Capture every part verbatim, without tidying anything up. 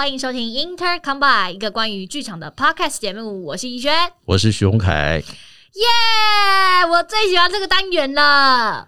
欢迎收听 Intercombine 一个关于剧场的 podcast 节目，我是怡轩， 我是徐宏凯。 耶、yeah, 我最喜欢这个单元了。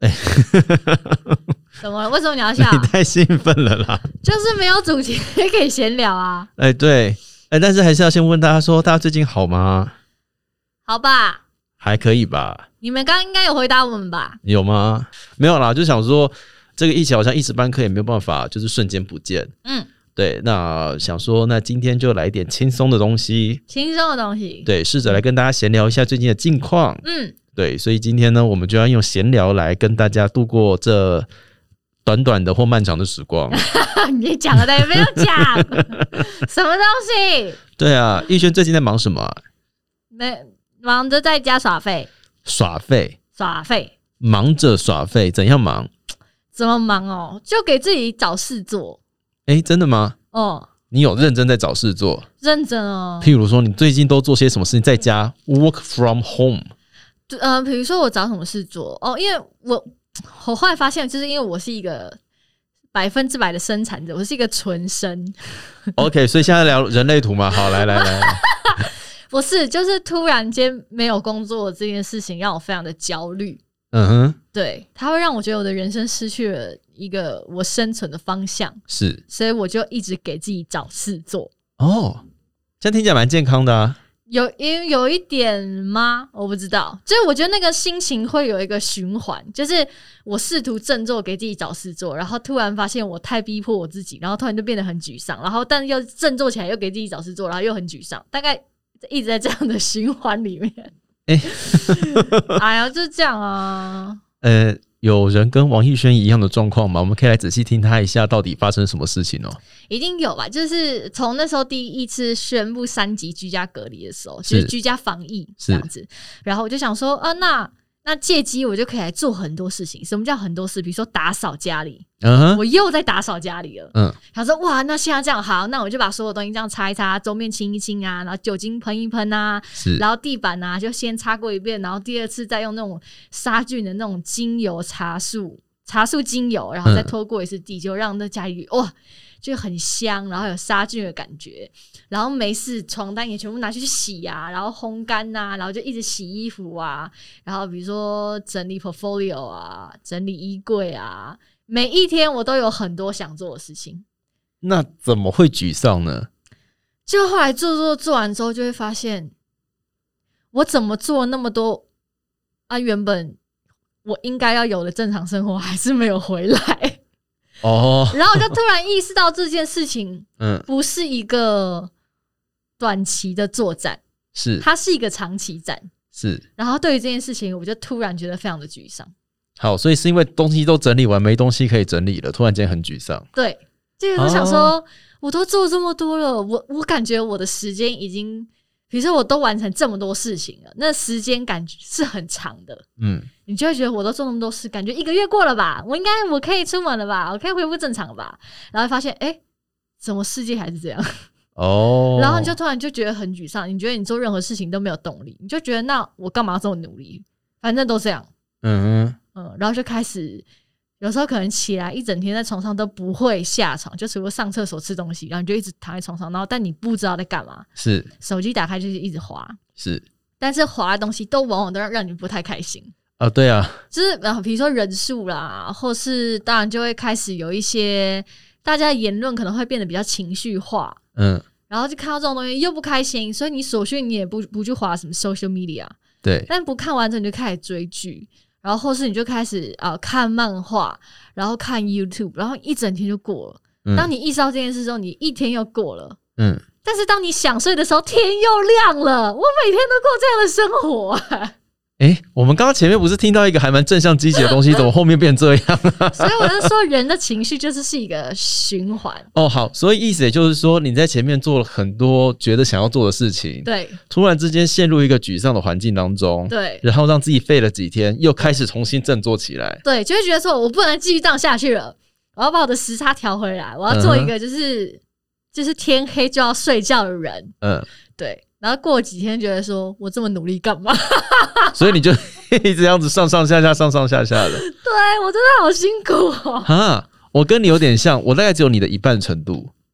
怎么了？为什么你要笑？ 你太兴奋了啦！ 就是没有主题可以闲聊啊。 哎、欸，对，哎、欸，但是还是要先问大家说，大家最近好吗？ 好吧，还可以吧？ 你们刚刚应该有回答我们吧？ 有吗？没有啦，就想说这个疫情好像一时半刻也没有办法，就是瞬间不见。嗯，对，那想说，那今天就来一点轻松的东西， 轻松的东西， 对，试着来跟大家闲聊一下最近的近况。嗯，对，所以今天呢，我们就要用闲聊来跟大家度过这短短的或漫长的时光。 你讲了，但也没有讲什么东西。 对啊，逸轩最近在忙什么、啊？ 没忙着在家耍废， 耍废， 耍废， 忙着耍废，怎样忙？ 怎么忙哦？就给自己找事做。 哎、欸，真的吗？ 哦， 你有认真在找事做？ 认真哦。 譬如说，你最近都做些什么事情？在家 work from home。 呃，比如说我找什么事做哦，因为我我后来发现，就是因为我是一个百分之百的生产者，我是一个纯生。 OK， 所以现在聊人类图嘛，好，来来来。 不是，就是突然间没有工作这件事情让我非常的焦虑。 嗯哼， 对，它会让我觉得我的人生失去了一个我生存的方向。 是， 所以我就一直给自己找事做。 哦，这样听起来蛮健康的啊。 有因有一点吗？我不知道，就是我觉得那个心情会有一个循环，就是我试图振作给自己找事做，然后突然发现我太逼迫我自己，然后突然就变得很沮丧，然后但又振作起来又给自己找事做，然后又很沮丧，大概一直在这样的循环里面。哎、欸，哎呀，就是这样啊。 呃，有人跟王逸轩一样的状况吗？我们可以来仔细听他一下，到底发生什么事情哦。 一定有吧，就是从那时候第一次宣布三级居家隔离的时候，就是居家防疫这样子，然后我就想说，啊，那那借机我就可以来做很多事情。什么叫很多事？比如说打扫家里，嗯、我又在打扫家里了。嗯，想说哇，那现在这样好，那我就把所有东西这样擦一擦，桌面清一清啊，然后酒精喷一喷啊，然后地板啊就先擦过一遍，然后第二次再用那种杀菌的那种精油茶树茶树精油，然后再拖过一次地，就让那家里哇就很香，然后有杀菌的感觉。然后没事，床单也全部拿去洗啊，然后烘干啊，然后就一直洗衣服啊，然后比如说整理 portfolio 啊，整理衣柜啊，每一天我都有很多想做的事情。 那怎么会沮丧呢？ 就后来做做做完之后，就会发现我怎么做那么多啊，原本我应该要有的正常生活还是没有回来。哦，然后我就突然意识到这件事情，嗯，不是一个短期的作战， 是它是一个长期战， 是。然后对于这件事情，我就突然觉得非常的沮丧。 好，所以是因为东西都整理完，没东西可以整理了，突然间很沮丧。 对，就是我想说，哦、我都做这么多了，我我感觉我的时间已经。比如说我都完成这么多事情了，那时间感觉是很长的，嗯，你就会觉得我都做那么多事，感觉一个月过了吧，我应该我可以出门了吧，我可以恢复正常了吧，然后发现哎、欸，怎么世界还是这样？哦，然后你就突然就觉得很沮丧，你觉得你做任何事情都没有动力，你就觉得那我干嘛要这么努力？反正都这样，嗯嗯，然后就开始。有时候可能起来一整天在床上都不会下床，就除了上厕所吃东西，然后你就一直躺在床上，然后但你不知道在干嘛， 是手机打开就是一直滑， 是， 但是滑的东西都往往都让让你不太开心啊、哦，对啊， 就是比如说人数啦，或是当然就会开始有一些大家的言论可能会变得比较情绪化，嗯，然后就看到这种东西又不开心，所以你索性你也不不去滑什么 social media， 对， 但不看完之后你就开始追剧。然后或是你就开始、呃、看漫画，然后看 YouTube， 然后一整天就过了、嗯、当你意识到这件事之后，你一天又过了，嗯，但是当你想睡的时候，天又亮了，我每天都过这样的生活、啊欸，我们刚刚前面不是听到一个还蛮正向积极的东西，怎么后面变这样、啊、 所以我就说人的情绪就是是一个循环。 哦，好，所以意思也就是说你在前面做了很多觉得想要做的事情， 对， 突然之间陷入一个沮丧的环境当中， 对， 然后让自己废了几天，又开始重新振作起来， 对，就会觉得说我不能继续这样下去了，我要把我的时差调回来，我要做一个就是、嗯、就是天黑就要睡觉的人，嗯，对。然后过几天觉得说我这么努力干嘛所以你就一直这样子上上下下上上下下的。 对，我真的好辛苦哦。 哈，我跟你有点像，我大概只有你的一半程度。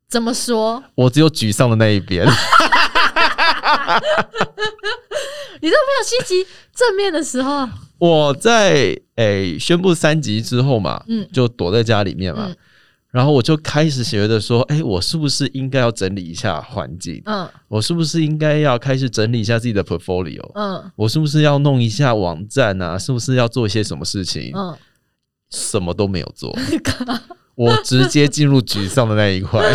怎么说？ 我只有沮丧的那一边。 你都没有积极正面的时候？ 我在诶、欸、宣布三级之后嘛，嗯，就躲在家里面嘛。嗯，然后我就开始觉得说，哎、欸，我是不是应该要整理一下环境？嗯，我是不是应该要开始整理一下自己的 portfolio？ 嗯，我是不是要弄一下网站啊？是不是要做一些什么事情？嗯，什么都没有做，我直接进入沮丧的那一块。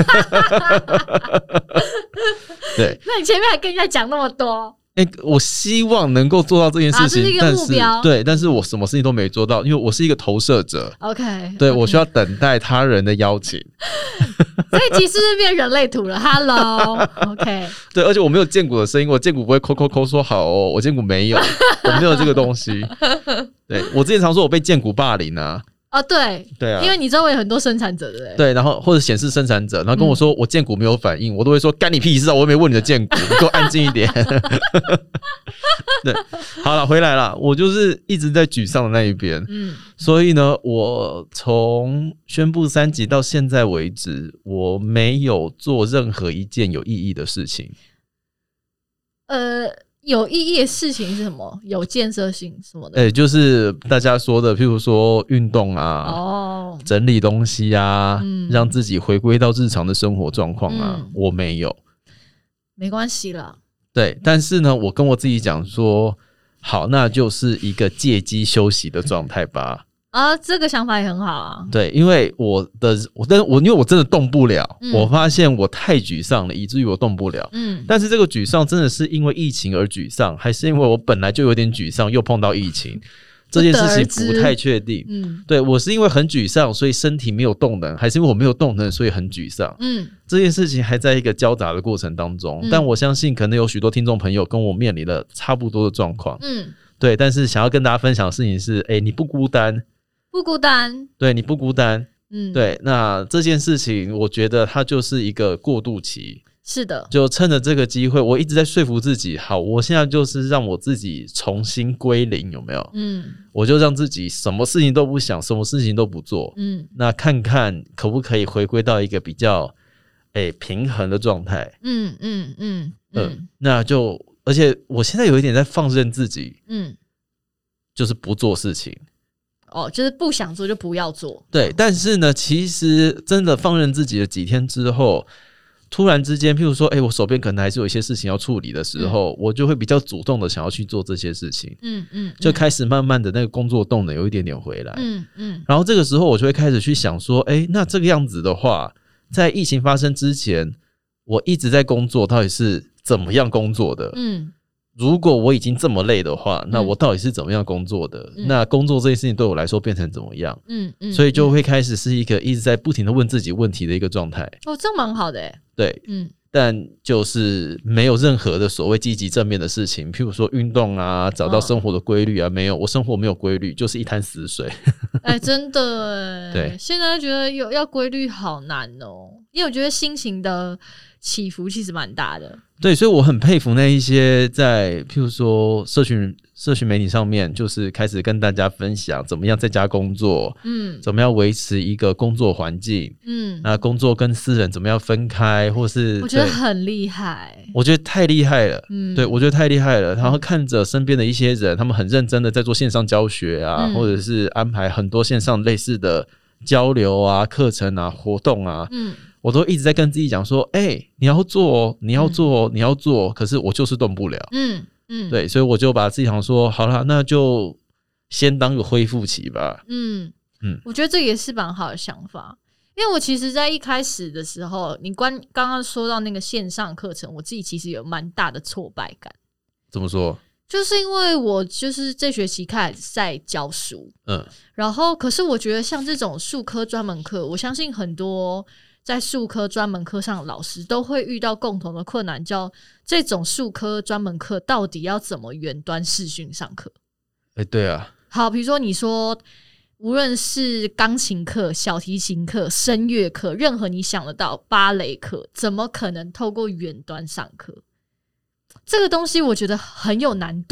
对， 那你前面还跟人家讲那么多？ 欸，我希望能够做到这件事情，啊，这是一个目标，但是对，但是我什么事情都没做到，因为我是一个投射者。 OK， 对， okay. 我需要等待他人的邀请。 这一集是不是变人类图了 ？Hello，OK， 对，而且我没有剑骨的声音，我剑骨不会抠抠抠说好哦，我剑骨没有，我没有这个东西。对，我之前常说我被剑骨霸凌啊。 哦，对对啊，因为你周围有很多生产者，对不对？ 对，然后或者显示生产者，然后跟我说我剑骨没有反应，嗯，我都会说干你屁事啊！我又没问你的剑骨，你给我安静一点。对，好了，回来了，我就是一直在沮丧的那一边，嗯，所以呢，我从宣布三级到现在为止，我没有做任何一件有意义的事情。 呃。有意义的事情是什么？有建设性什么的？ 欸，就是大家说的，譬如说运动啊，哦，整理东西啊，嗯，让自己回归到日常的生活状况啊，嗯，我没有， 没关系啦。 对，但是呢，我跟我自己讲说，好，那就是一个借机休息的状态吧。 啊，这个想法也很好啊。 对，因为我的我但我因为我真的动不了，嗯，我发现我太沮丧了，以至于我动不了。嗯，但是这个沮丧真的是因为疫情而沮丧，还是因为我本来就有点沮丧，又碰到疫情，这件事情不太确定。嗯，对，我是因为很沮丧，所以身体没有动能，还是因为我没有动能，所以很沮丧。嗯，这件事情还在一个交杂的过程当中，嗯，但我相信可能有许多听众朋友跟我面临了差不多的状况。嗯，对，但是想要跟大家分享的事情是，哎，你不孤单。 不孤单， 对，你不孤单，嗯，对，那这件事情我觉得它就是一个过渡期， 是的， 就趁着这个机会，我一直在说服自己，好，我现在就是让我自己重新归零，有没有？嗯，我就让自己什么事情都不想，什么事情都不做，嗯，那看看可不可以回归到一个比较诶、欸、平衡的状态，嗯嗯嗯嗯，那就而且我现在有一点在放任自己，嗯，就是不做事情。 哦，就是不想做就不要做。 对，但是呢，其实真的放任自己的几天之后，突然之间，譬如说，哎、欸，我手边可能还是有一些事情要处理的时候，嗯，我就会比较主动的想要去做这些事情。嗯嗯，就开始慢慢的那个工作动能有一点点回来。嗯嗯，然后这个时候我就会开始去想说，哎、欸，那这个样子的话，在疫情发生之前，我一直在工作，到底是怎么样工作的？嗯。如果我已经这么累的话，那我到底是怎么样工作的？嗯，那工作这件事情对我来说变成怎么样？嗯嗯，所以就会开始是一个一直在不停的问自己问题的一个状态。 哦，这蛮好的耶。 对，嗯，但就是没有任何的所谓积极正面的事情，譬如说运动啊，找到生活的规律啊，哦，没有，我生活没有规律，就是一滩死水。 哎，真的，对，现在觉得有要规律好难哦，因为我觉得心情的起伏其实蛮大的。 对，所以我很佩服那一些在譬如说社群社群媒体上面，就是开始跟大家分享怎么样在家工作，嗯，怎么样维持一个工作环境，嗯，那工作跟私人怎么样分开，或是我觉得很厉害， 我觉得太厉害了，嗯，对，我觉得太厉害了。然后看着身边的一些人，他们很认真的在做线上教学啊，嗯，或者是安排很多线上类似的交流啊、课程啊、活动啊，嗯。我都一直在跟自己讲说，哎、欸，你要做哦，你要做哦，嗯，你要做，可是我就是动不了。嗯嗯，对，所以我就把自己想说，好啦，那就先当个恢复期吧。嗯嗯，我觉得这也是蛮好的想法，因为我其实在一开始的时候，你刚刚刚说到那个线上课程，我自己其实有蛮大的挫败感。 怎么说？ 就是因为我就是这学期开始在教书，嗯，然后可是我觉得像这种术科专门课，我相信很多在术科专门课上的老师都会遇到共同的困难，叫这种术科专门课到底要怎么远端视讯上课。 哎、欸，对啊， 好，比如说你说无论是钢琴课、小提琴课、声乐课，任何你想得到芭蕾课，怎么可能透过远端上课？这个东西我觉得很有难度。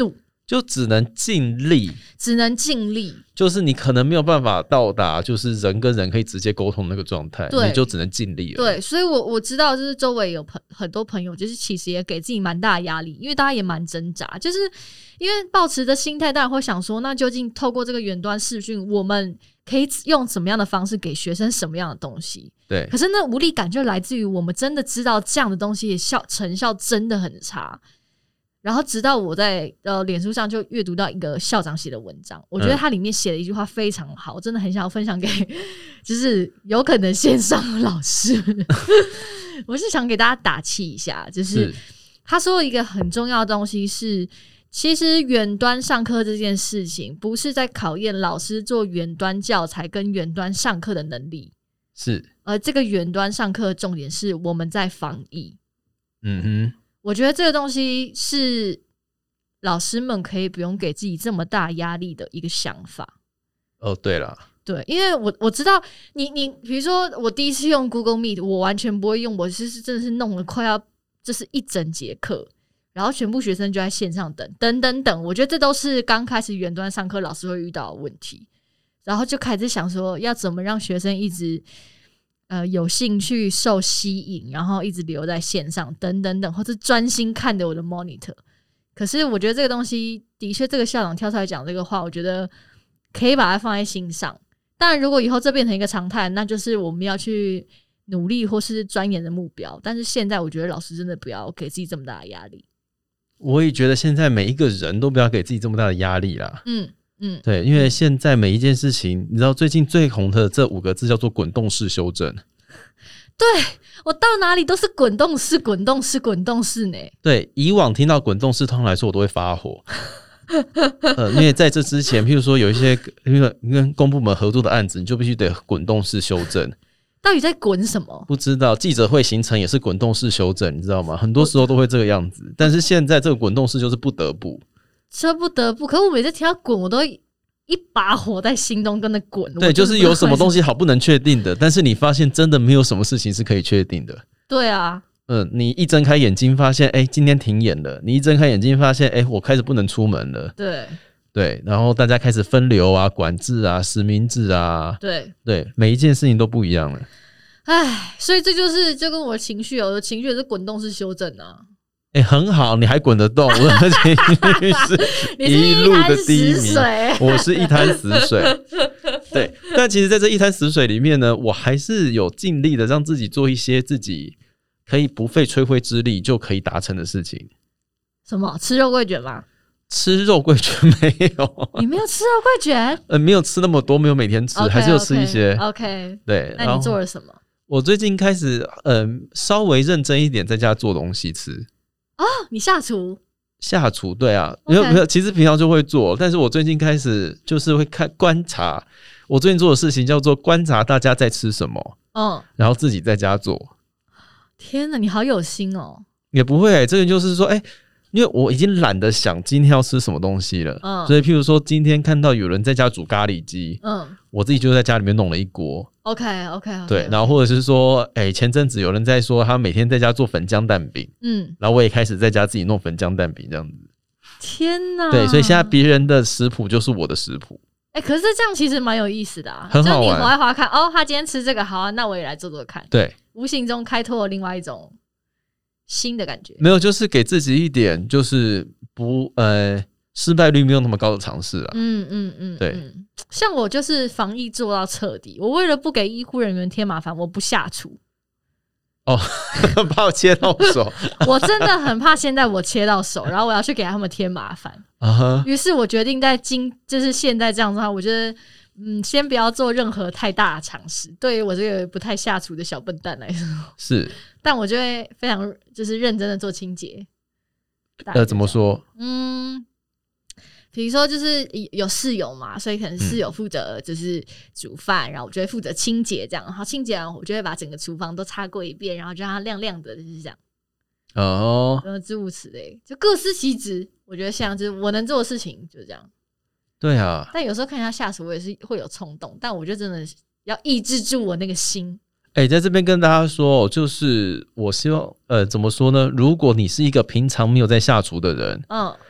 就只能尽力， 只能尽力， 就是你可能没有办法到达，就是人跟人可以直接沟通那个状态，你就只能尽力了。 对，所以我我知道，就是周围有朋很多朋友，就是其实也给自己蛮大的压力，因为大家也蛮挣扎，就是因为抱持的心态，当然会想说，那究竟透过这个远端视讯，我们可以用什么样的方式给学生什么样的东西？ 对， 可是那无力感就来自于我们真的知道这样的东西的效成效真的很差。然后直到我在呃脸书上就阅读到一个校长写的文章，我觉得他里面写的一句话非常好，我真的很想要分享给就是有可能线上的老师我是想给大家打气一下，就是他说一个很重要的东西是，其实远端上课这件事情不是在考验老师做远端教材跟远端上课的能力， 是而这个远端上课的重点是我们在防疫。 嗯哼， 我觉得这个东西是老师们可以不用给自己这么大压力的一个想法。 哦，对了， 对，因为我我知道你你比如说我第一次用 Google Meet， 我完全不会用，我是真的是弄了快要就是一整节课，然后全部学生就在线上等等等等，我觉得这都是刚开始远端上课老师会遇到的问题，然后就开始想说要怎么让学生一直呃，有兴趣受吸引，然后一直留在线上等等等，或是专心看着我的 monitor。 可是我觉得这个东西的确，这个校长跳出来讲这个话，我觉得可以把它放在心上。当然如果以后这变成一个常态，那就是我们要去努力或是钻研的目标，但是现在我觉得老师真的不要给自己这么大的压力。 我也觉得现在每一个人都不要给自己这么大的压力啦。 嗯嗯， 对，因为现在每一件事情，你知道最近最红的这五个字叫做滚动式修正。 对，我到哪里都是滚动式滚动式滚动式呢。 对，以往听到滚动式通常来说我都会发火呃，因为在这之前譬如说有一些跟公部门合作的案子，你就必须得滚动式修正。 到底在滚什么？ 不知道。记者会行程也是滚动式修正，你知道吗？很多时候都会这个样子，但是现在这个滚动式就是不得不这不得不，可是我每次听到滚，我都一把火在心中跟着滚。 对，就是有什么东西好不能确定的，但是你发现真的没有什么事情是可以确定的。 对啊， 嗯，你一睁开眼睛发现，哎、欸，今天停演了；你一睁开眼睛发现，哎、欸，我开始不能出门了。 对对，然后大家开始分流啊、管制啊、实名制啊， 对对， 每一件事情都不一样了。 唉，所以这就是就跟我的情绪，我的情绪也是滚动式修正啊。 哎、欸，很好，你还滚得动，我的情绪是一路的低迷，我是一滩死水。对，但其实在这一滩死水里面呢，我还是有尽力的让自己做一些自己可以不费吹灰之力就可以达成的事情。 什么？吃肉桂卷吗？ 吃肉桂卷没有。 你没有吃肉桂卷？ 呃，没有吃那么多，没有每天吃， okay, 还是有吃一些。 OK， 对。 那你做了什么？ 我最近开始呃稍微认真一点，在家做东西吃。 哦，你下厨？下厨，对啊，没有没有，其实平常就会做，但是我最近开始就是会看观察。我最近做的事情叫做观察大家在吃什么，嗯，然后自己在家做。 天哪，你好有心哦！ 也不会、欸，这个就是说，哎、欸，因为我已经懒得想今天要吃什么东西了，嗯，所以譬如说今天看到有人在家煮咖喱鸡，嗯，我自己就在家里面弄了一锅。 OK OK OK， 对，然后或者是说，哎、欸，前阵子有人在说他每天在家做粉浆蛋饼，嗯，然后我也开始在家自己弄粉浆蛋饼这样子。 天哪！ 对，所以现在别人的食谱就是我的食谱。 哎、欸，可是这样其实蛮有意思的啊， 很好玩。 就你滑一滑看，哦，他今天吃这个，好啊，那我也来做做看。 对， 无形中开拓了另外一种新的感觉。 没有，就是给自己一点，就是不呃。失败率没有那么高的尝试啊。嗯嗯嗯，对嗯。 像我就是防疫做到彻底，我为了不给医护人员添麻烦，我不下厨。 哦，怕我切到手。 我真的很怕现在我切到手，然后我要去给他们添麻烦。啊、于是我决定在今就是现在这样子的话，我觉得嗯，先不要做任何太大的尝试。对于我这个不太下厨的小笨蛋来说， 是。 但我就会非常就是认真的做清洁。 呃，怎么说？ 嗯。比如说就是有室友嘛，所以可能室友负责就是煮饭、嗯、然后我就会负责清洁这样，然后清洁完我就会把整个厨房都擦过一遍，然后就让它亮亮的，就是这样。哦，然后诸如此类，就各司其职。我觉得像就是我能做的事情就是这样。 对啊， 但有时候看一下下厨我也是会有冲动，但我就真的要抑制住我那个心。 哎、欸，在这边跟大家说，就是我希望呃怎么说呢，如果你是一个平常没有在下厨的人，嗯，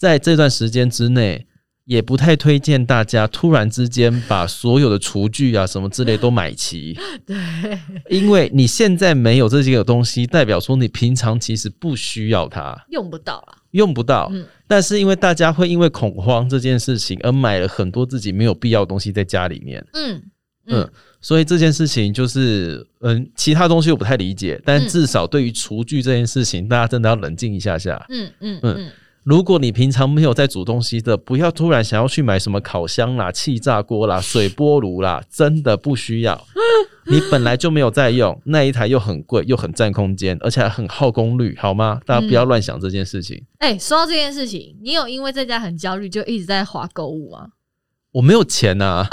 在这段时间之内也不太推荐大家突然之间把所有的厨具啊什么之类都买齐。 对， 因为你现在没有这些个东西，代表说你平常其实不需要它， 用不到啦， 用不到、嗯、但是因为大家会因为恐慌这件事情而买了很多自己没有必要的东西在家里面。嗯 嗯, 嗯，所以这件事情就是嗯，其他东西我不太理解，但至少对于厨具这件事情、嗯、大家真的要冷静一下下。嗯嗯 嗯, 嗯如果你平常没有在煮东西的，不要突然想要去买什么烤箱啦、气炸锅啦、水波炉啦，真的不需要。你本来就没有在用，那一台又很贵又很占空间，而且还很耗功率，好吗？大家不要乱想这件事情。 哎、嗯欸，说到这件事情，你有因为在家很焦虑就一直在滑购物吗？ 我没有钱啊。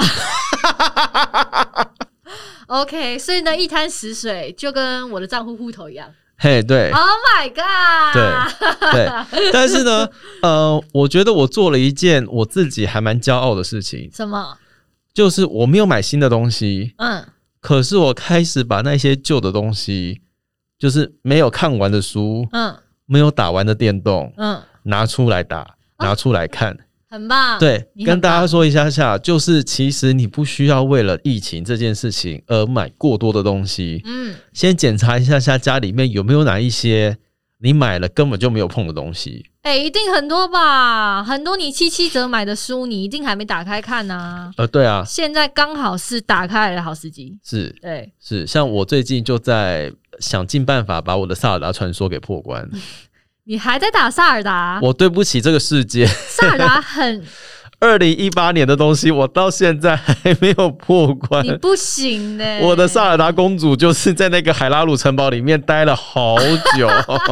OK， 所以呢，一滩死水就跟我的账户户头一样。 嘿、hey, 对 ，Oh my god， 对对，但是呢，呃，我觉得我做了一件我自己还蛮骄傲的事情。 什么？ 就是我没有买新的东西，嗯，可是我开始把那些旧的东西，就是没有看完的书，嗯，没有打完的电动，嗯，拿出来打，拿出来看。啊， 很棒， 对，跟大家说一下下，就是其实你不需要为了疫情这件事情而买过多的东西。嗯，先检查一下下家里面有没有哪一些你买了根本就没有碰的东西。 哎、欸，一定很多吧？很多你七七折买的书，你一定还没打开看啊。 呃，对啊， 现在刚好是打开来的好时机。 是， 对， 是，像我最近就在想尽办法把我的萨尔达传说给破关。 你还在打萨尔达？ 我对不起这个世界。 萨尔达很二零一八年的东西，我到现在还没有破关。 你不行呢、欸。 我的萨尔达公主就是在那个海拉鲁城堡里面待了好久，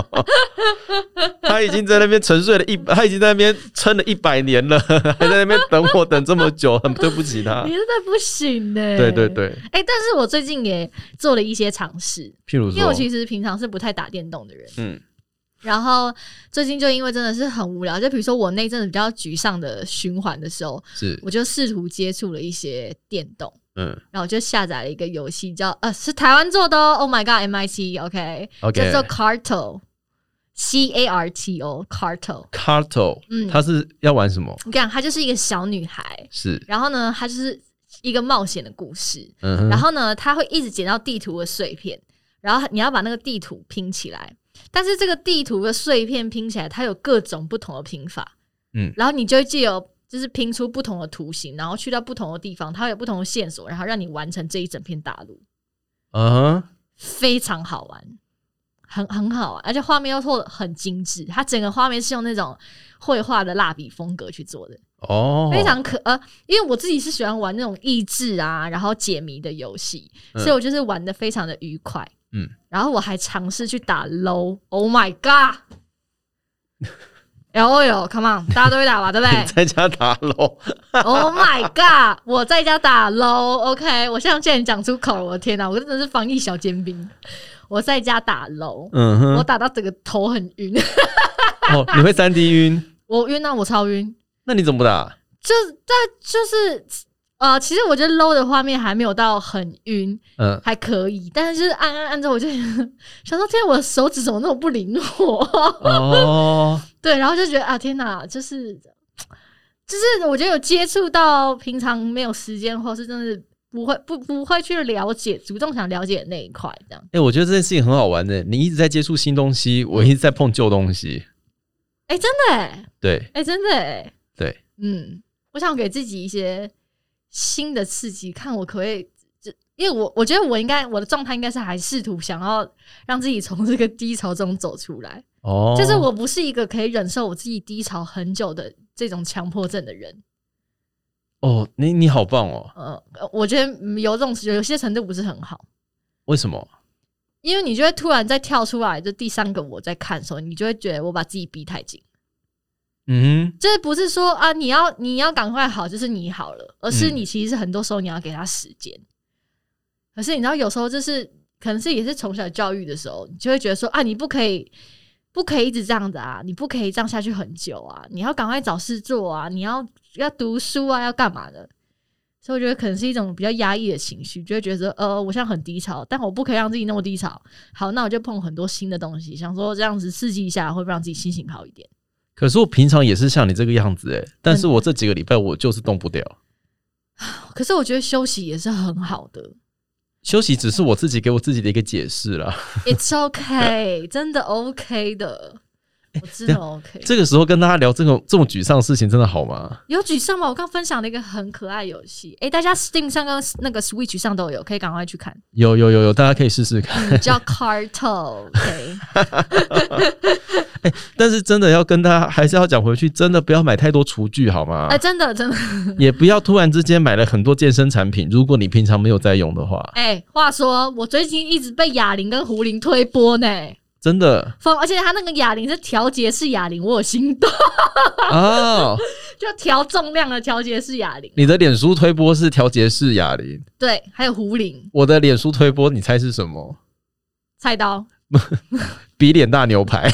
她已经在那边沉睡了一，她已经在那边撑了一百年了，还在那边等我等这么久，很对不起她。 你真的不行呢、欸。 对对对。 哎、欸，但是我最近也做了一些尝试， 譬如说， 因为我其实平常是不太打电动的人，嗯。然后最近就因为真的是很无聊，就比如说我那阵子比较沮丧的循环的时候，是我就试图接触了一些电动，嗯，然后我就下载了一个游戏叫呃是台湾做的哦 ，Oh my God M I T OK， okay 叫做 Carto C A R T O Carto Carto， 嗯，它是要玩什么？ 我跟你讲，它就是一个小女孩， 是， 然后呢，它就是一个冒险的故事，嗯，然后呢，它会一直捡到地图的碎片，然后你要把那个地图拼起来。但是这个地图的碎片拼起来，它有各种不同的拼法，嗯，然后你就会藉由就是拼出不同的图形，然后去到不同的地方，它会有不同的线索，然后让你完成这一整片大陆。嗯、uh-huh. 非常好玩，很很好玩，而且画面又做得很精致，它整个画面是用那种绘画的蜡笔风格去做的，哦，非常可呃，因为我自己是喜欢玩那种益智啊，然后解谜的游戏，嗯，所以我就是玩得非常的愉快。嗯，然后我还尝试去打 low Oh my god L O L Come on 大家都会打吧，对不对？ 你在家打 low Oh my god 我在家打 low OK 我现在既然讲出口了，我的天哪，我真的是防疫小尖兵。我在家打 low，嗯哼，我打到整个头很晕。 哦，你会 三 D 晕？ 我晕啊，我超晕。那你怎么不打？ 就在就是呃，其实我觉得 low 的画面还没有到很晕，嗯，还可以，但是就是按按按之后，我就想说，天，我的手指怎么那么不灵活？哦，对，然后就觉得啊，天哪，就是就是我觉得有接触到平常没有时间，或是真的不会不不会去了解，主动想了解的那一块，这样。 哎、欸，我觉得这件事情很好玩的，你一直在接触新东西，我一直在碰旧东西。 哎、欸，真的哎、欸， 对， 哎、欸，真的哎、欸， 对， 嗯，我想给自己一些新的刺激，看我可不可以，因为我我觉得我应该我的状态应该是还试图想要让自己从这个低潮中走出来。哦，就是我不是一个可以忍受我自己低潮很久的这种强迫症的人。 哦，你你好棒哦。 呃，我觉得有这种有些程度不是很好。 为什么？ 因为你就会突然再跳出来，就第三个我在看的时候，你就会觉得我把自己逼太紧。嗯哼，就是不是说啊，你要你要赶快好，就是你好了，而是你其实很多时候你要给他时间、嗯。可是你知道，有时候就是可能是也是从小教育的时候，你就会觉得说啊，你不可以不可以一直这样子啊，你不可以这样下去很久啊，你要赶快找事做啊，你要要读书啊，要干嘛的。所以我觉得可能是一种比较压抑的情绪，就会觉得呃，我现在很低潮，但我不可以让自己那么低潮。好，那我就碰很多新的东西，想说这样子刺激一下，会不会让自己心情好一点？ 可是我平常也是像你这个样子哎，但是我这几个礼拜我就是动不掉。 可是我觉得休息也是很好的。 休息只是我自己给我自己的一个解释啦。 It's okay， 真的 OK 的，我真的 OK。 这个时候跟大家聊这种这么沮丧的事情，真的好吗？ 有沮丧吗？我刚分享了一个很可爱游戏，哎，大家 Steam 上跟那个 Switch 上都有，可以赶快去看。 有有有有，大家可以试试看。 嗯、叫 Carto。OK。 欸、但是真的要跟大家还是要讲回去，真的不要买太多厨具好吗？ 哎、欸，真的真的， 也不要突然之间买了很多健身产品，如果你平常没有在用的话。 哎、欸，话说我最近一直被哑铃跟壶铃推播呢， 真的。 而且他那个哑铃是调节式哑铃，我有心动哦， 就调重量的调节式哑铃。 你的脸书推播是调节式哑铃，对， 还有壶铃。 我的脸书推播，你猜是什么？ 菜刀。 比脸大牛排。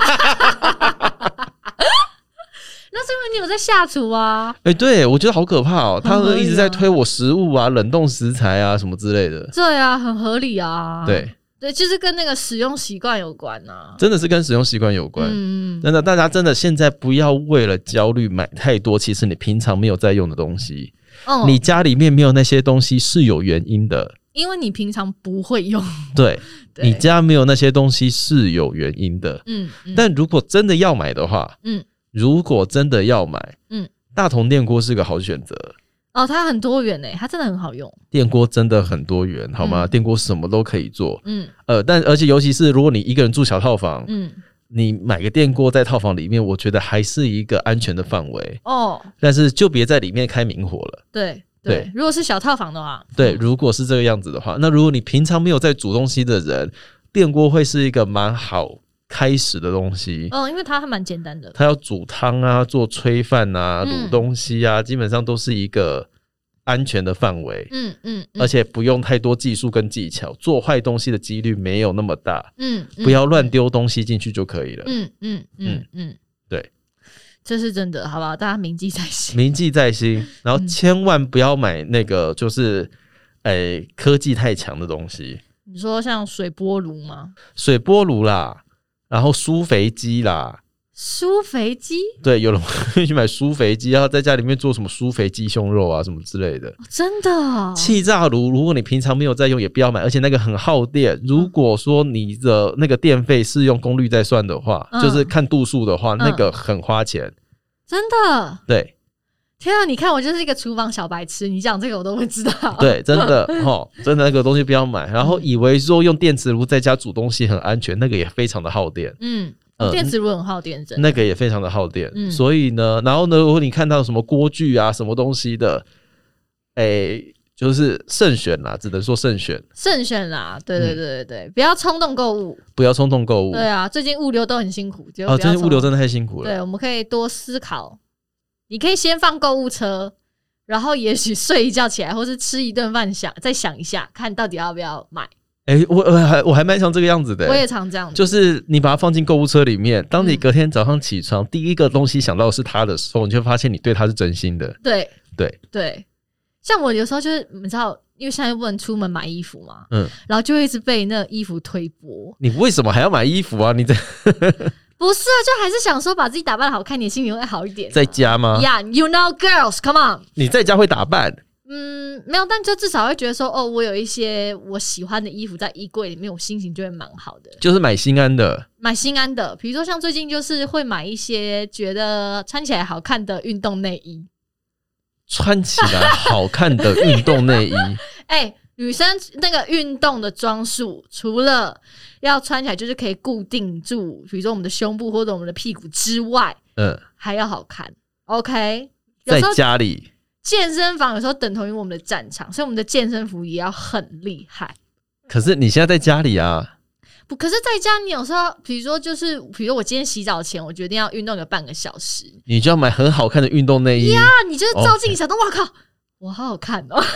那是因为你有在下厨啊。 哎、欸，对，我觉得好可怕哦、喔，他会一直在推我食物啊、冷冻食材啊什么之类的。 对啊，很合理啊。 对对，就是跟那个使用习惯有关啊。 真的是跟使用习惯有关。嗯，真的，大家真的现在不要为了焦虑买太多，其实你平常没有在用的东西。哦，你家里面没有那些东西是有原因的。因为你平常不会用。 对，你家没有那些东西是有原因的。嗯，嗯，但如果真的要买的话，嗯，如果真的要买，嗯，大同电锅是个好选择。 哦，它很多元耶，它真的很好用。 电锅真的很多元，好吗？嗯、电锅什么都可以做。嗯，呃，但而且尤其是如果你一个人住小套房，嗯，你买个电锅在套房里面，我觉得还是一个安全的范围。哦，但是就别在里面开明火了。 对。对，如果是小套房的话， 对，如果是这个样子的话，那如果你平常没有在煮东西的人，电锅会是一个蛮好开始的东西。 哦，因为它还蛮简单的， 它要煮汤啊、做炊饭啊、卤、嗯、东西啊，基本上都是一个安全的范围。嗯 嗯, 嗯，而且不用太多技术跟技巧，做坏东西的几率没有那么大。嗯，嗯不要乱丢东西进去就可以了。嗯嗯嗯嗯，对。 这是真的，好不好？大家铭记在心， 铭记在心。然后千万不要买那个就是，诶、欸，科技太强的东西。 你说像水波炉吗？ 水波炉啦，然后疏肥机啦。 疏肥机？对， 有人会去买疏肥机，然后在家里面做什么疏肥鸡胸肉啊什么之类的。 哦、真的、哦？ 气炸炉，如果你平常没有在用，也不要买，而且那个很耗电。如果说你的那个电费是用功率在算的话，嗯、就是看度数的话，嗯、那个很花钱。 真的？ 对。 天啊！你看我就是一个厨房小白痴，你讲这个我都会知道。 对，真的齁，真的那个东西不要买。然后以为说用电磁炉在家煮东西很安全，那个也非常的耗电。嗯。 呃、电磁炉很耗电，真的那个也非常的耗电、嗯，所以呢，然后呢，如果你看到什么锅具啊、什么东西的，哎、欸，就是慎选啦，只能说慎选， 慎选啦，对对对对对，嗯、不要冲动购物， 不要冲动购物。 对啊，最近物流都很辛苦， 哦，最近物流真的太辛苦了。 对，我们可以多思考，你可以先放购物车，然后也许睡一觉起来，或是吃一顿饭想再想一下，看到底要不要买。 哎、欸，我我还我还蛮常这个样子的、欸， 我也常这样子， 就是你把它放进购物车里面，当你隔天早上起床、嗯，第一个东西想到的是它的时候，你就会发现你对它是真心的。 对对对，像我有时候就是你知道，因为现在不能出门买衣服嘛，嗯，然后就会一直被那个衣服推播。 你为什么还要买衣服啊？你在不是啊，就还是想说把自己打扮好看点，心情会好一点、啊。 在家吗 ？Yeah, you know, girls, come on。 你在家会打扮？ 嗯，没有，但就至少会觉得说，哦，我有一些我喜欢的衣服在衣柜里面，我心情就会蛮好的。 就是买心安的， 买心安的。比如说像最近就是会买一些觉得穿起来好看的运动内衣， 穿起来好看的运动内衣。 哎、欸，女生那个运动的装束，除了要穿起来就是可以固定住，比如说我们的胸部或者我们的屁股之外，嗯，还要好看。OK， 在家里。 健身房有时候等同于我们的战场，所以我们的健身服也要很厉害。 可是你现在在家里啊， 不，可是在家你有时候，比如说就是，比如说我今天洗澡前，我决定要运动个半个小时， 你就要买很好看的运动内衣呀。Yeah, 你就是照镜想到，哇、oh. 靠，我好好看哦。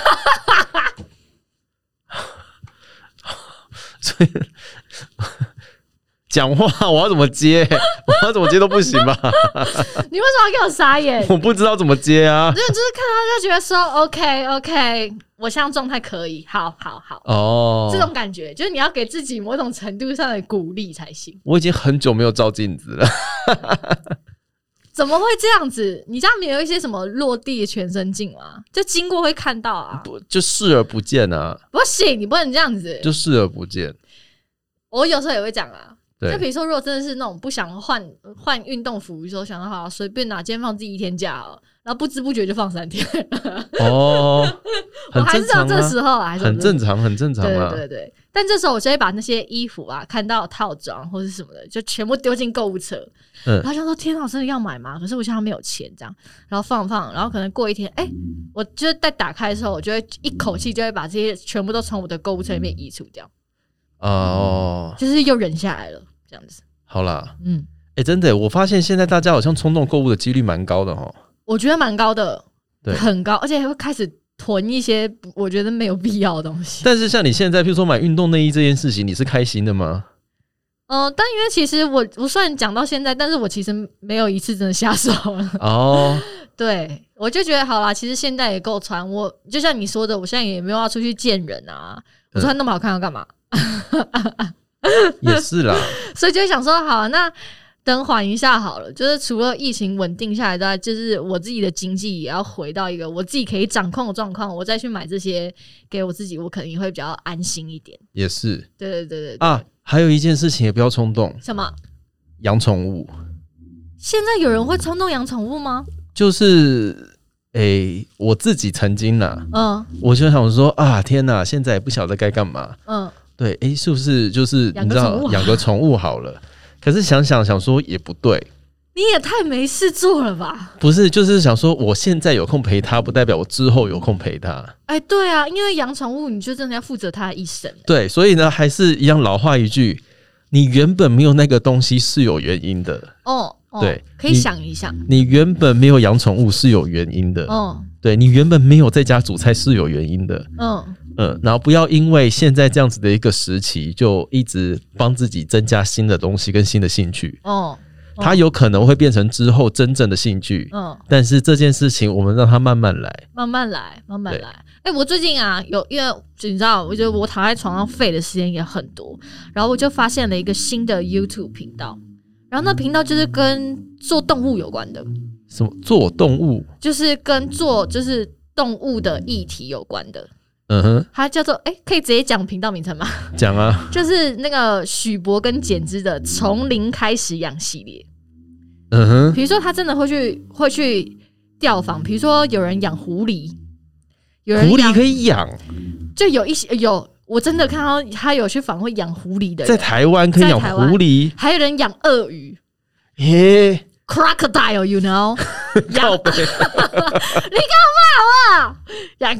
所以讲话我要怎么接？我要怎么接都不行吧？ 你为什么要给我傻眼？ 我不知道怎么接啊。 就是就是看到就觉得说 OK OK， 我现在状态可以，好好好哦，这种感觉就是你要给自己某种程度上的鼓励才行。 我已经很久没有照镜子了。 怎么会这样子？你家没有一些什么落地的全身镜吗？就经过会看到啊， 不就视而不见啊？ 不行，你不能这样子， 就视而不见。 我有时候也会讲啊，就比如说，如果真的是那种不想换换运动服的时候，想到好随便拿，今天放自己一天假了，然后不知不觉就放三天。 哦， 我还是到这时候啊， 很正常，很正常啊。 对对对，但这时候我就会把那些衣服啊，看到套装或是什么的，就全部丢进购物车。嗯，然后想说天哪，我真的要买吗？可是我现在没有钱，这样，然后放放，然后可能过一天，哎、欸，我就是在打开的时候，我就会一口气就会把这些全部都从我的购物车里面移除掉。哦，就是又忍下来了，这样子。 好啦，嗯，哎、欸，真的，我发现现在大家好像冲动购物的几率蛮高的齁。 我觉得蛮高的，对，很高，而且还会开始囤一些我觉得没有必要的东西。 但是像你现在，譬如说买运动内衣这件事情，你是开心的吗？ 嗯、呃，但因为其实我我虽然讲到现在，但是我其实没有一次真的下手了。哦，对，我就觉得好啦，其实现在也够穿。我就像你说的，我现在也没有要出去见人啊，我穿那么好看要干嘛？ 也是啦， 所以就想说，好，那等缓一下好了。就是除了疫情稳定下来的，就是我自己的经济也要回到一个我自己可以掌控的状况，我再去买这些给我自己，我可能也会比较安心一点。 也是， 对对对对啊。还有一件事情也不要冲动。 什么？ 养宠物。 现在有人会冲动养宠物吗？ 就是诶、欸，我自己曾经啦，嗯，我就想说啊，天哪，现在也不晓得该干嘛，嗯，对，诶、欸，是不是就是你知道养个宠物好了？可是想想想说也不对， 你也太没事做了吧？ 不是，就是想说我现在有空陪他，不代表我之后有空陪他。 哎、欸，对啊，因为养宠物，你就真的要负责他的一生。 对，所以呢，还是一样老话一句，你原本没有那个东西是有原因的。哦。哦、对， 可以想一想， 你原本没有养宠物是有原因的。哦，对，你原本没有在家煮菜是有原因的。嗯嗯，然后不要因为现在这样子的一个时期，就一直帮自己增加新的东西跟新的兴趣。哦，它有可能会变成之后真正的兴趣。嗯，但是这件事情我们让它慢慢来， 慢慢来，慢慢来。哎、欸，我最近啊，有因为你知道，我觉得我躺在床上废的时间也很多，然后我就发现了一个新的 YouTube 频道。然后那频道就是跟做动物有关的。 什么做动物？ 就是跟做就是动物的议题有关的。嗯哼，它叫做哎、欸，可以直接讲频道名称吗？ 讲啊， 就是那个许博跟简之的从零开始养系列。嗯哼，比如说他真的会去会去调访，比如说有人养狐狸， 有人狐狸可以养， 就有一些有。我真的看到他有去访会养狐狸的人， 在台湾可以养狐狸， 还有人养鳄鱼， 耶 ，crocodile，you know， 养，你干嘛啊？养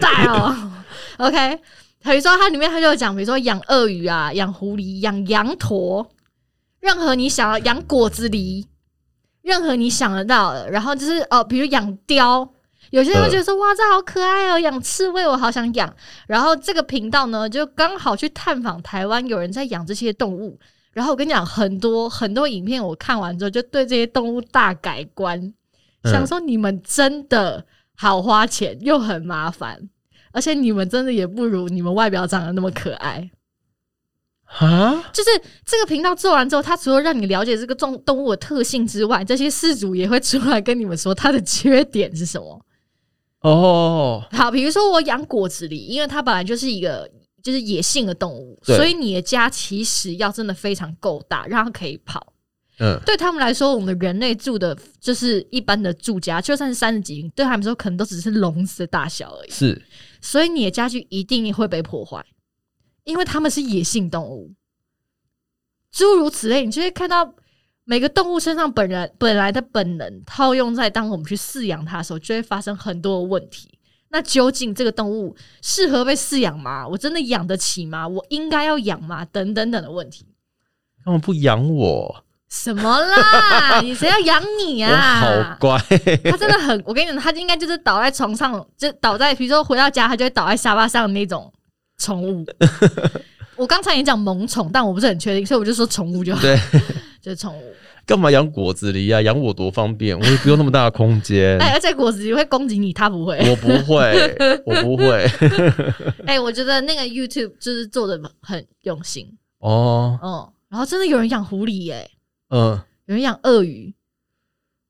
crocodile，OK， 比如说它里面他就讲，比如说养鳄鱼啊，养狐狸，养羊驼，任何你想要养果子狸，任何你想得到的，然后就是呃，比如养雕。有些人会觉得说、呃、哇这好可爱哦，养刺猬我好想养，然后这个频道呢就刚好去探访台湾有人在养这些动物，然后我跟你讲很多很多影片我看完之后就对这些动物大改观、嗯、想说你们真的好花钱又很麻烦，而且你们真的也不如你们外表长得那么可爱啊！就是这个频道做完之后，它除了让你了解这个动物的特性之外，这些饲主也会出来跟你们说它的缺点是什么。哦，好，比如说我养果子狸，因为它本来就是一个就是野性的动物，所以你的家其实要真的非常够大，让它可以跑。嗯，对他们来说，我们人类住的就是一般的住家，就算是三十几平，对他们说可能都只是笼子的大小而已。是，所以你的家具一定会被破坏，因为他们是野性动物。诸如此类，你就会看到每个动物身上本来本来的本能套用在当我们去饲养它的时候，就会发生很多的问题。那究竟这个动物适合被饲养吗？我真的养得起吗？我应该要养吗？等等等的问题。 他们不养我？ 什么啦？你谁要养你啊？ 我好乖。 他真的很，我跟你讲，他应该就是倒在床上，就倒在，比如说回到家，他就会倒在沙发上的那种宠物。我刚才也讲萌宠，但我不是很确定，所以我就说宠物就好。对，就是宠物。 干嘛养果子狸啊？养我多方便，我也不用那么大的空间。 哎、欸，而且果子狸会攻击你，他不会。 我不会，我不会。 哎、欸，我觉得那个 YouTube 就是做的很用心哦。嗯，然后真的有人养狐狸耶、欸，嗯，有人养鳄鱼。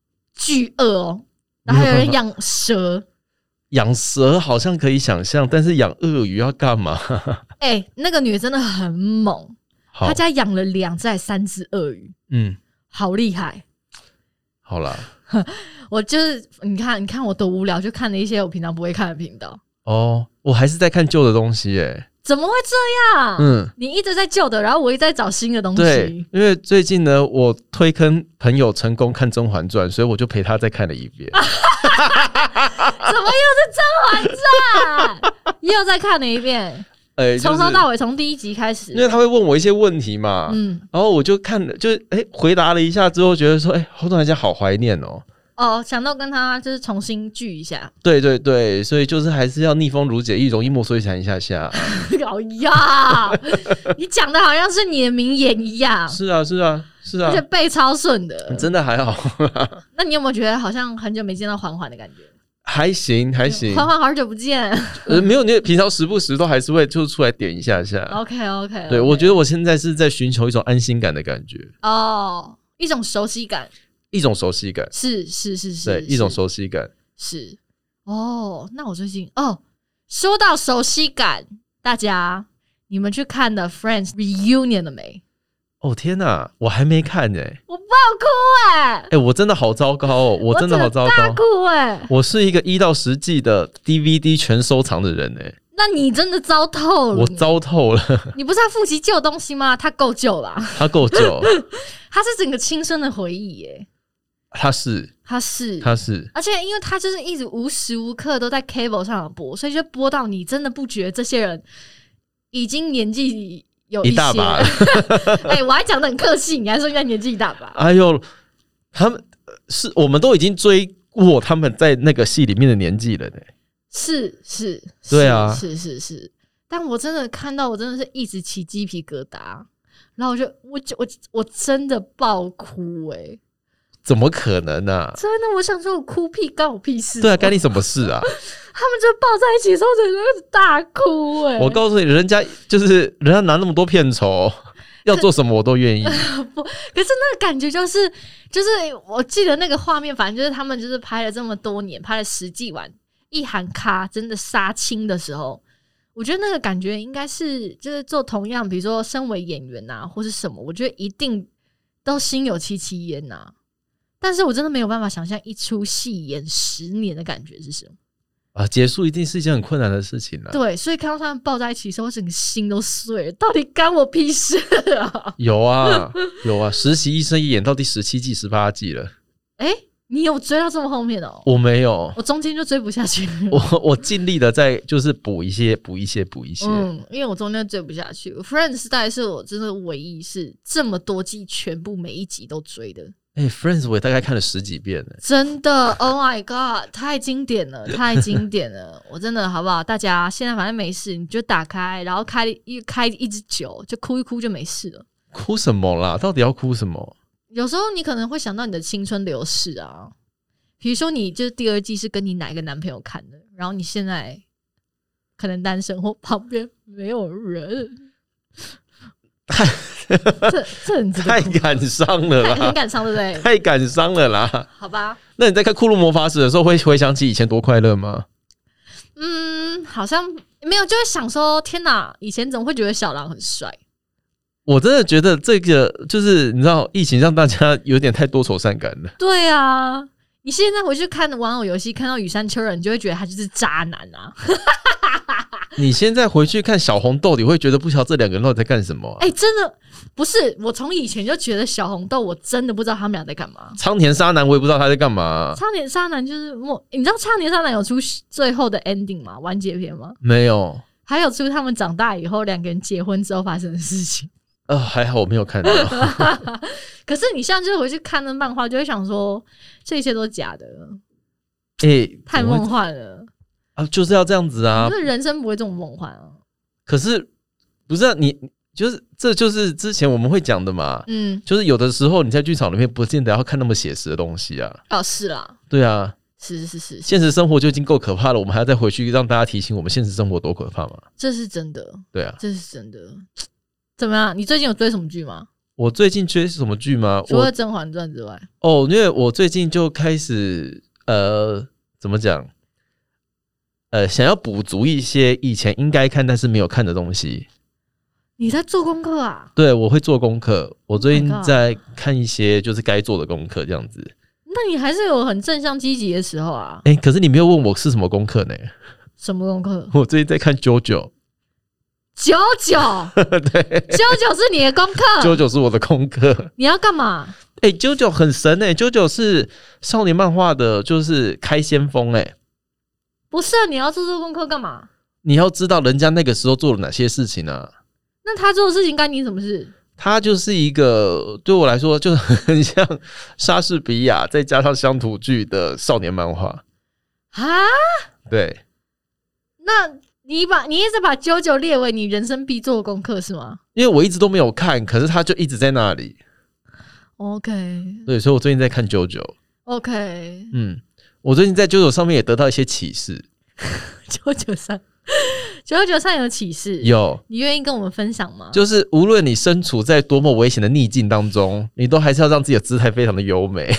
巨鳄哦，然后还有人养蛇。 养蛇好像可以想象，但是养鳄鱼要干嘛？ 哎、欸，那个女的真的很猛，她家养了两只、三只鳄鱼，嗯，好厉害。好啦，我就是你看，你看我多无聊，就看了一些我平常不会看的频道。哦，我还是在看旧的东西耶、欸。怎么会这样？嗯，你一直在旧的，然后我一直在找新的东西。对，因为最近呢，我推坑朋友成功看《甄嬛传》，所以我就陪他再看了一遍。怎么又是《甄嬛传》？又再看了一遍。哎，从头到尾，从第一集开始。因为他会问我一些问题嘛，嗯，然后我就看了，就哎、欸、回答了一下之后，觉得说，哎、欸，后段来讲好怀念哦。哦，想到跟他就是重新聚一下。对对对，所以就是还是要逆风如解意，容易莫所以谈一下下。哎呀，你讲的好像是你的名言一样。是啊，是啊，是啊，而且背超顺的，真的还好。那你有没有觉得好像很久没见到环环的感觉？还行，还行。环环好久不见。呃，没有，你平常时不时都还是会就出来点一下下。OK OK。对，我觉得我现在是在寻求一种安心感的感觉。哦，一种熟悉感。一种熟悉感，是是是是，对，一种熟悉感是。哦，那我最近哦，说到熟悉感，大家你们去看的 Friends Reunion 了没？哦天哪，我还没看哎、欸，我爆哭哎、欸！哎、欸，我真的好糟糕哦，我真的好糟糕，大哭哎、欸！我是一个一到十季的 D V D 全收藏的人哎、欸。那你真的糟透了，我糟透了。你不是要复习旧东西吗？他够旧啦，他够旧，他是整个亲生的回忆耶、欸。他是，他是，他是，而且因为他就是一直无时无刻都在 cable 上播，所以就播到你真的不觉得这些人已经年纪有一些一大把了。哎、欸，我还讲得很客气，你还说人家年纪一大把。哎呦，他们是我们都已经追过他们在那个戏里面的年纪了呢。是是，对啊，是是是。但我真的看到，我真的是一直起鸡皮疙瘩，然后我就我我我真的爆哭哎、欸。怎么可能呢、啊？真的，我想说，我哭屁干我屁事。对啊，干你什么事啊？他们就抱在一起的时候，真的大哭哎、欸！我告诉你，人家就是人家拿那么多片酬，要做什么我都愿意。不，可是那个感觉就是，就是我记得那个画面，反正就是他们就是拍了这么多年，拍了十季完，一喊咔，真的杀青的时候，我觉得那个感觉应该是，就是做同样，比如说身为演员啊，或是什么，我觉得一定都心有戚戚焉呐。但是我真的没有办法想象一出戏演十年的感觉是什么啊！结束一定是一件很困难的事情了。对，所以看到他们抱在一起的时候，我整个心都碎了。到底干我屁事啊！有啊，有啊，实习医生演到第十七季、十八季了。哎、欸，你有追到这么后面哦？我没有，我中间就追不下去了。我我尽力的在就是补一些、补一些、补一些。嗯，因为我中间追不下去。Friends 大概是我真的唯一是这么多季全部每一集都追的。哎、欸、，Friends 我也大概看了十几遍了，真的 ，Oh my God， 太经典了，太经典了！我真的好不好？大家现在反正没事，你就打开，然后开一开一支酒，就哭一哭就没事了。哭什么啦？到底要哭什么？有时候你可能会想到你的青春流逝啊，比如说你就是第二季是跟你哪一个男朋友看的，然后你现在可能单身或旁边没有人。这这很太感伤了啦，很感伤对不对？太感伤了啦。好吧，那你在看《库洛魔法使》的时候，会回想起以前多快乐吗？嗯，好像没有，就会想说，天哪，以前怎么会觉得小狼很帅？我真的觉得这个就是你知道，疫情让大家有点太多愁善感了。对啊，你现在回去看玩偶游戏，看到羽山丘人，你就会觉得他就是渣男啊。你现在回去看小红豆，你会觉得不晓得这两个人到底在干什么、啊？哎、欸，真的不是，我从以前就觉得小红豆，我真的不知道他们俩在干嘛。苍田沙男，我也不知道他在干嘛、啊。苍田沙男就是莫，你知道苍田沙男有出最后的 ending 吗？完结篇吗？没有。还有出他们长大以后两个人结婚之后发生的事情。呃，还好我没有看到。可是你现在就回去看那漫画，就会想说，这一切都是假的。哎、欸，太梦幻了。啊，就是要这样子啊！可是人生不会这种梦幻啊。可是不是、啊、你，就是这就是之前我们会讲的嘛。嗯，就是有的时候你在剧场里面不见得要看那么写实的东西啊。哦，是啦。对啊，是是是是，现实生活就已经够可怕了，我们还要再回去让大家提醒我们现实生活多可怕嘛？这是真的。对啊，这是真的。怎么样？你最近有追什么剧吗？ 我最近追什么剧吗？ 除了《甄嬛传》之外， 哦，因为我最近就开始呃，怎么讲？呃，想要补足一些以前应该看但是没有看的东西。 你在做功课啊？ 对，我会做功课。我最近在看一些就是该做的功课，这样子。 那你还是有很正向积极的时候啊。 哎、欸，可是你没有问我是什么功课呢？ 什么功课？ 我最近在看《九九》。 九九， 对， 九九是你的功课。 九九是我的功课。 你要干嘛？ 哎、欸，九九很神哎、欸，九九是少年漫画的，就是开先锋哎、欸。 不是啊，你要做这个功课干嘛？ 你要知道人家那个时候做了哪些事情啊。 那他做的事情干你什么事？ 他就是一个对我来说就很像莎士比亚再加上乡土剧的少年漫画啊。 对， 那你把你一直把九九列为你人生必做的功课是吗？ 因为我一直都没有看，可是他就一直在那里。 OK， 对， 所以我最近在看九九。 OK， 嗯，我最近在九九上面也得到一些启示。 九九上。九九上有启示， 有， 你愿意跟我们分享吗？ 就是无论你身处在多么危险的逆境当中，你都还是要让自己的姿态非常的优美。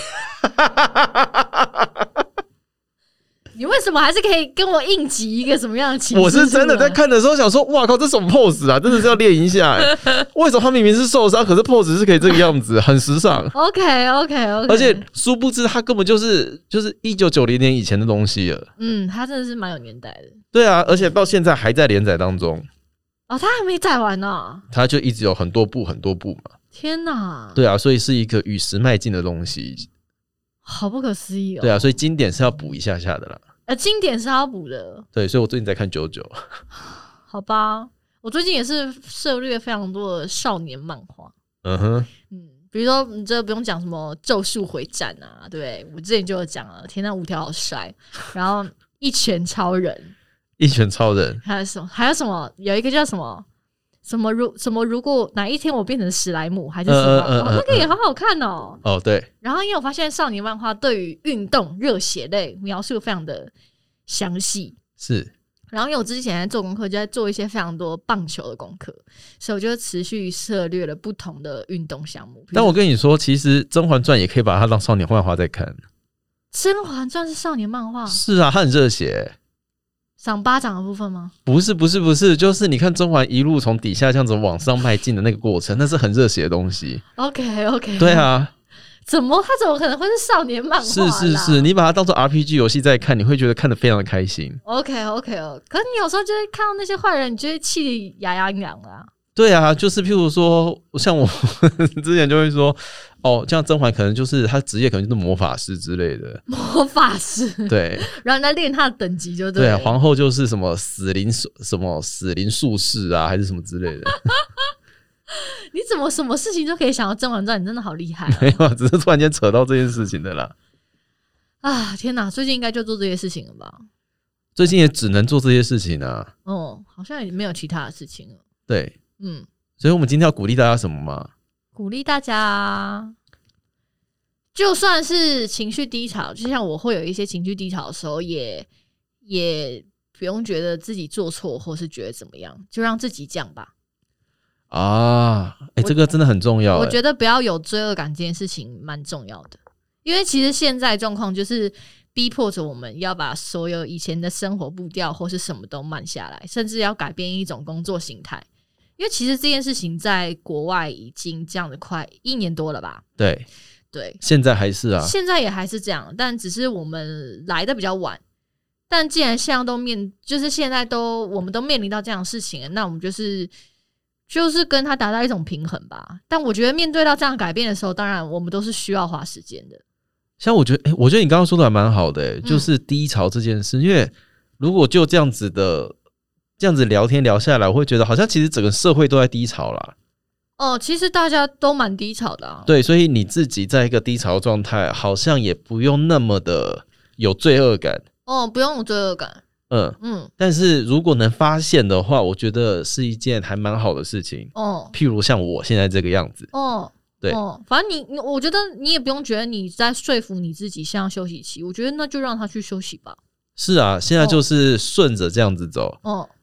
你为什么还是可以跟我应急一个什么样的启示？ 我是真的在看的时候想说，哇靠，这什么 pose 啊？真的是要练一下哎、欸！为什么他明明是受伤，可是 pose 是可以这个样子，很时尚。 OK OK OK， 而且殊不知他根本就是就是一九九零年以前的东西了。 嗯，他真的是蛮有年代的。 对啊，而且到现在还在连载当中。 哦，他还没载完呢。 他就一直有很多部很多部嘛。 天哪！ 对啊，所以是一个与时迈进的东西。 好不可思议哦。 对啊，所以经典是要补一下下的啦。 呃，经典是要补的。 对，所以我最近在看九九。 好吧，我最近也是涉猎非常多的少年漫画。 嗯哼， 嗯，比如说你这不用讲什么《咒术回战》啊，对，我之前就有讲了，天哪，五条好帅，然后一拳超人， 一拳超人， 还有什么？还有什么？有一个叫什么？什么如什么？如果哪一天我变成史莱姆，还是什么？呃呃呃呃哦，那个也好好看哦。 哦，对。 然后因为我发现少年漫画对于运动、热血类描述非常的详细， 是。 然后因为我之前在做功课，就在做一些非常多棒球的功课，所以我就持续涉猎了不同的运动项目。 但我跟你说，其实《甄嬛传》也可以把它当少年漫画在看。《 甄嬛传》是少年漫画？ 是啊，它很热血。 赏巴掌的部分吗？ 不是不是不是，就是你看甄嬛一路从底下这样子往上迈进的那个过程，那是很热血的东西。 OK OK， 对啊， 怎么他怎么可能会是少年漫画？ 是是是，你把它当做 R P G 游戏在看，你会觉得看得非常的开心。 OK OK OK， 可是你有时候就会看到那些坏人，你就会气得牙痒痒啊。 对啊，就是譬如说，像我之前就会说，哦，这样甄嬛可能就是他职业可能就是魔法师之类的。 魔法师， 对， 然后在练他的等级就对了。 对，皇后就是什么死灵什么死灵术士啊，还是什么之类的。 你怎么什么事情都可以想到《甄嬛传》？你真的好厉害、啊！ 没有，只是突然间扯到这件事情的啦。 啊，天哪！最近应该就做这些事情了吧？ 最近也只能做这些事情啊。 哦，好像也没有其他的事情了。 对。 嗯， 所以我们今天要鼓励大家什么吗？ 鼓励大家，就算是情绪低潮，就像我会有一些情绪低潮的时候，也也不用觉得自己做错，或是觉得怎么样，就让自己这样吧。 啊，哎、欸，这个真的很重要、欸。 我觉得不要有罪恶感，这件事情蛮重要的，因为其实现在状况就是逼迫着我们要把所有以前的生活步调或是什么都慢下来，甚至要改变一种工作形态。因为其实这件事情在国外已经这样的快一年多了吧？ 对对， 现在还是啊， 现在也还是这样，但只是我们来的比较晚。但既然现在都面，就是现在都我们都面临到这样的事情，那我们就是就是跟他达到一种平衡吧。但我觉得面对到这样改变的时候，当然我们都是需要花时间的。 像我觉得，欸、我觉得你刚刚说的还蛮好的、欸，就是低潮这件事，嗯、因为如果就这样子的。这样子聊天聊下来，我会觉得好像其实整个社会都在低潮啦。 哦，其实大家都蛮低潮的啊。 对，所以你自己在一个低潮的状态，好像也不用那么的有罪恶感。 哦，不用有罪恶感。 嗯嗯。但是如果能发现的话，我觉得是一件还蛮好的事情。哦。譬如像我现在这个样子。 哦。 对。 哦，反正你，我觉得你也不用觉得你在说服你自己现在休息期，我觉得那就让他去休息吧。 是啊，现在就是顺着这样子走。哦。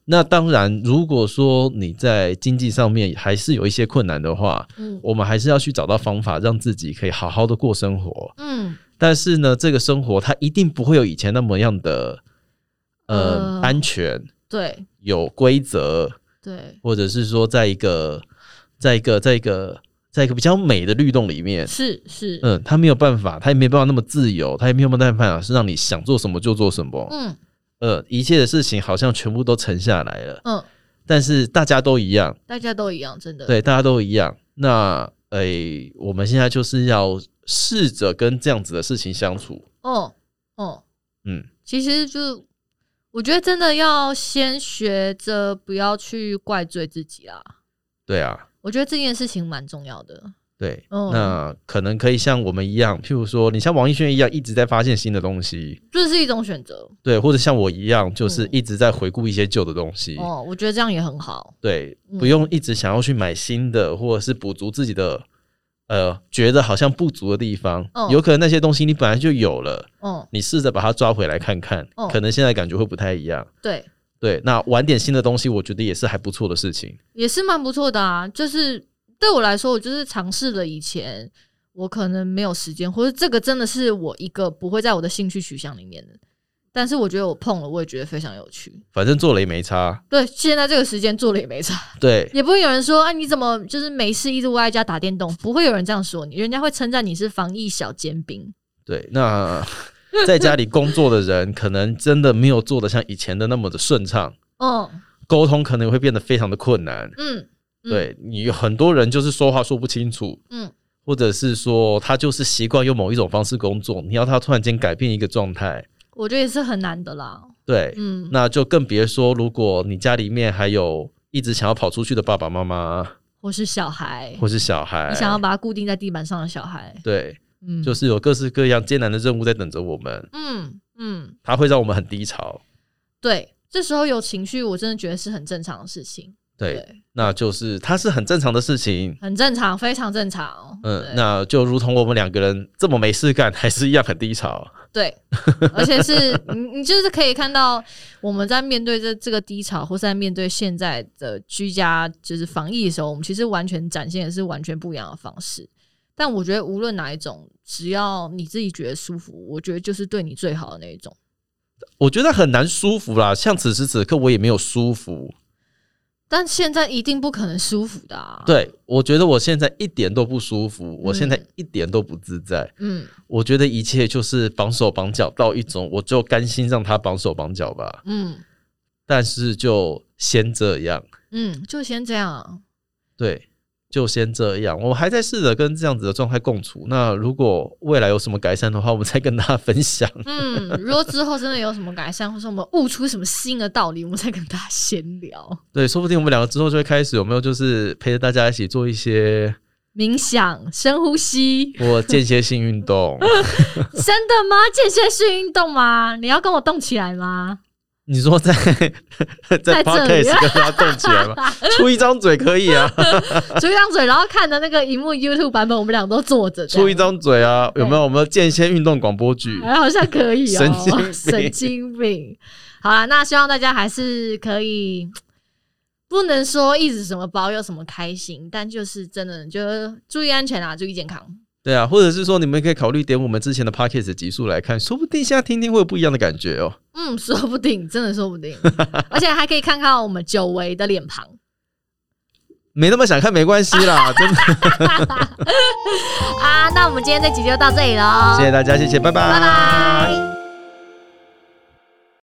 那当然如果说你在经济上面还是有一些困难的话，嗯，我们还是要去找到方法让自己可以好好的过生活，嗯，但是呢这个生活它一定不会有以前那么样的呃、呃安全， 对， 有规则， 对， 或者是说在一个在一个在一个在一个比较美的律动里面， 是是， 嗯，他没有办法，他也没办法那么自由，他也没有办法是让你想做什么就做什么，嗯，呃，一切的事情好像全部都沉下来了，嗯，但是大家都一样， 大家都一样，真的， 对，大家都一样。那诶，我们现在就是要试着跟这样子的事情相处， 哦哦，嗯，其实就我觉得真的要先学着不要去怪罪自己啦， 对啊。 我觉得这件事情蛮重要的。 对、嗯，那可能可以像我们一样，譬如说你像王艺轩一样一直在发现新的东西， 这是一种选择。对， 或者像我一样就是一直在回顾一些旧的东西、 嗯、哦，我觉得这样也很好。 对，不用一直想要去买新的，或者是补足自己的呃觉得好像不足的地方、嗯、有可能那些东西你本来就有了，嗯，你试着把它抓回来看看、嗯、可能现在感觉会不太一样。 对对，那玩点新的东西我觉得也是还不错的事情， 也是蛮不错的啊。就是对我来说，我就是尝试了以前我可能没有时间，或者这个真的是我一个不会在我的兴趣取向里面的，但是我觉得我碰了我也觉得非常有趣， 反正做了也没差。 对，现在这个时间做了也没差。对，也不会有人说啊你怎么就是没事一直窝在家打电动，不会有人这样说你，人家会称赞你是防疫小尖兵。 对，那在家里工作的人可能真的没有做得像以前的那么的顺畅，嗯，沟通可能会变得非常的困难，嗯，对，你有很多人就是说话说不清楚，嗯，或者是说他就是习惯用某一种方式工作，你要他突然间改变一个状态， 我觉得也是很难的啦。 对，嗯，那就更别说如果你家里面还有一直想要跑出去的爸爸妈妈， 或是小孩， 或是小孩， 你想要把它固定在地板上的小孩， 对。嗯，就是有各式各样艰难的任务在等着我们，嗯嗯，它会让我们很低潮。 对，这时候有情绪我真的觉得是很正常的事情。 对，对，那就是它是很正常的事情， 很正常，非常正常。嗯， 那就如同我们两个人这么没事干还是一样很低潮。 对，而且是你你就是可以看到我们在面对这这个低潮，或是在面对现在的居家就是防疫的时候，我们其实完全展现的是完全不一样的方式。但我觉得无论哪一种，只要你自己觉得舒服，我觉得就是对你最好的那一种。 我觉得很难舒服啦，像此时此刻我也没有舒服， 但现在一定不可能舒服的啊。 对，我觉得我现在一点都不舒服、嗯、我现在一点都不自在。嗯，我觉得一切就是绑手绑脚到一种我就甘心让他绑手绑脚吧。嗯，但是就先这样。嗯， 就先这样。 对，就先这样，我还在试着跟这样子的状态共处。那如果未来有什么改善的话，我们再跟大家分享。 嗯，如果之后真的有什么改善，或者我们悟出什么新的道理，我们再跟大家闲聊。对， 说不定我们两个之后就会开始有没有就是陪着大家一起做一些冥想、深呼吸或间歇性运动。 真的吗？间歇性运动吗？你要跟我动起来吗？ 你说在在 podcast 跟他动起来吗？出一张嘴可以啊。 出一张嘴，然后看的那个萤幕 YouTube 版本，我们俩都坐着。 出一张嘴啊，有没有？我们间歇运动广播剧， 哎，好像可以哦。 神经病， 神经病。好啦，那希望大家还是可以，不能说一直什么保有什么开心，但就是真的就注意安全啊，注意健康。 对啊，或者是说你们可以考虑点我们之前的 podcast 集数来看，说不定现在听听会有不一样的感觉哦。 嗯，说不定，真的说不定。而且还可以看看我们久违的脸庞。 没那么想看没关系啦，真的。 啊，那我们今天这集就到这里咯， 谢谢大家，谢谢，拜拜， 拜拜。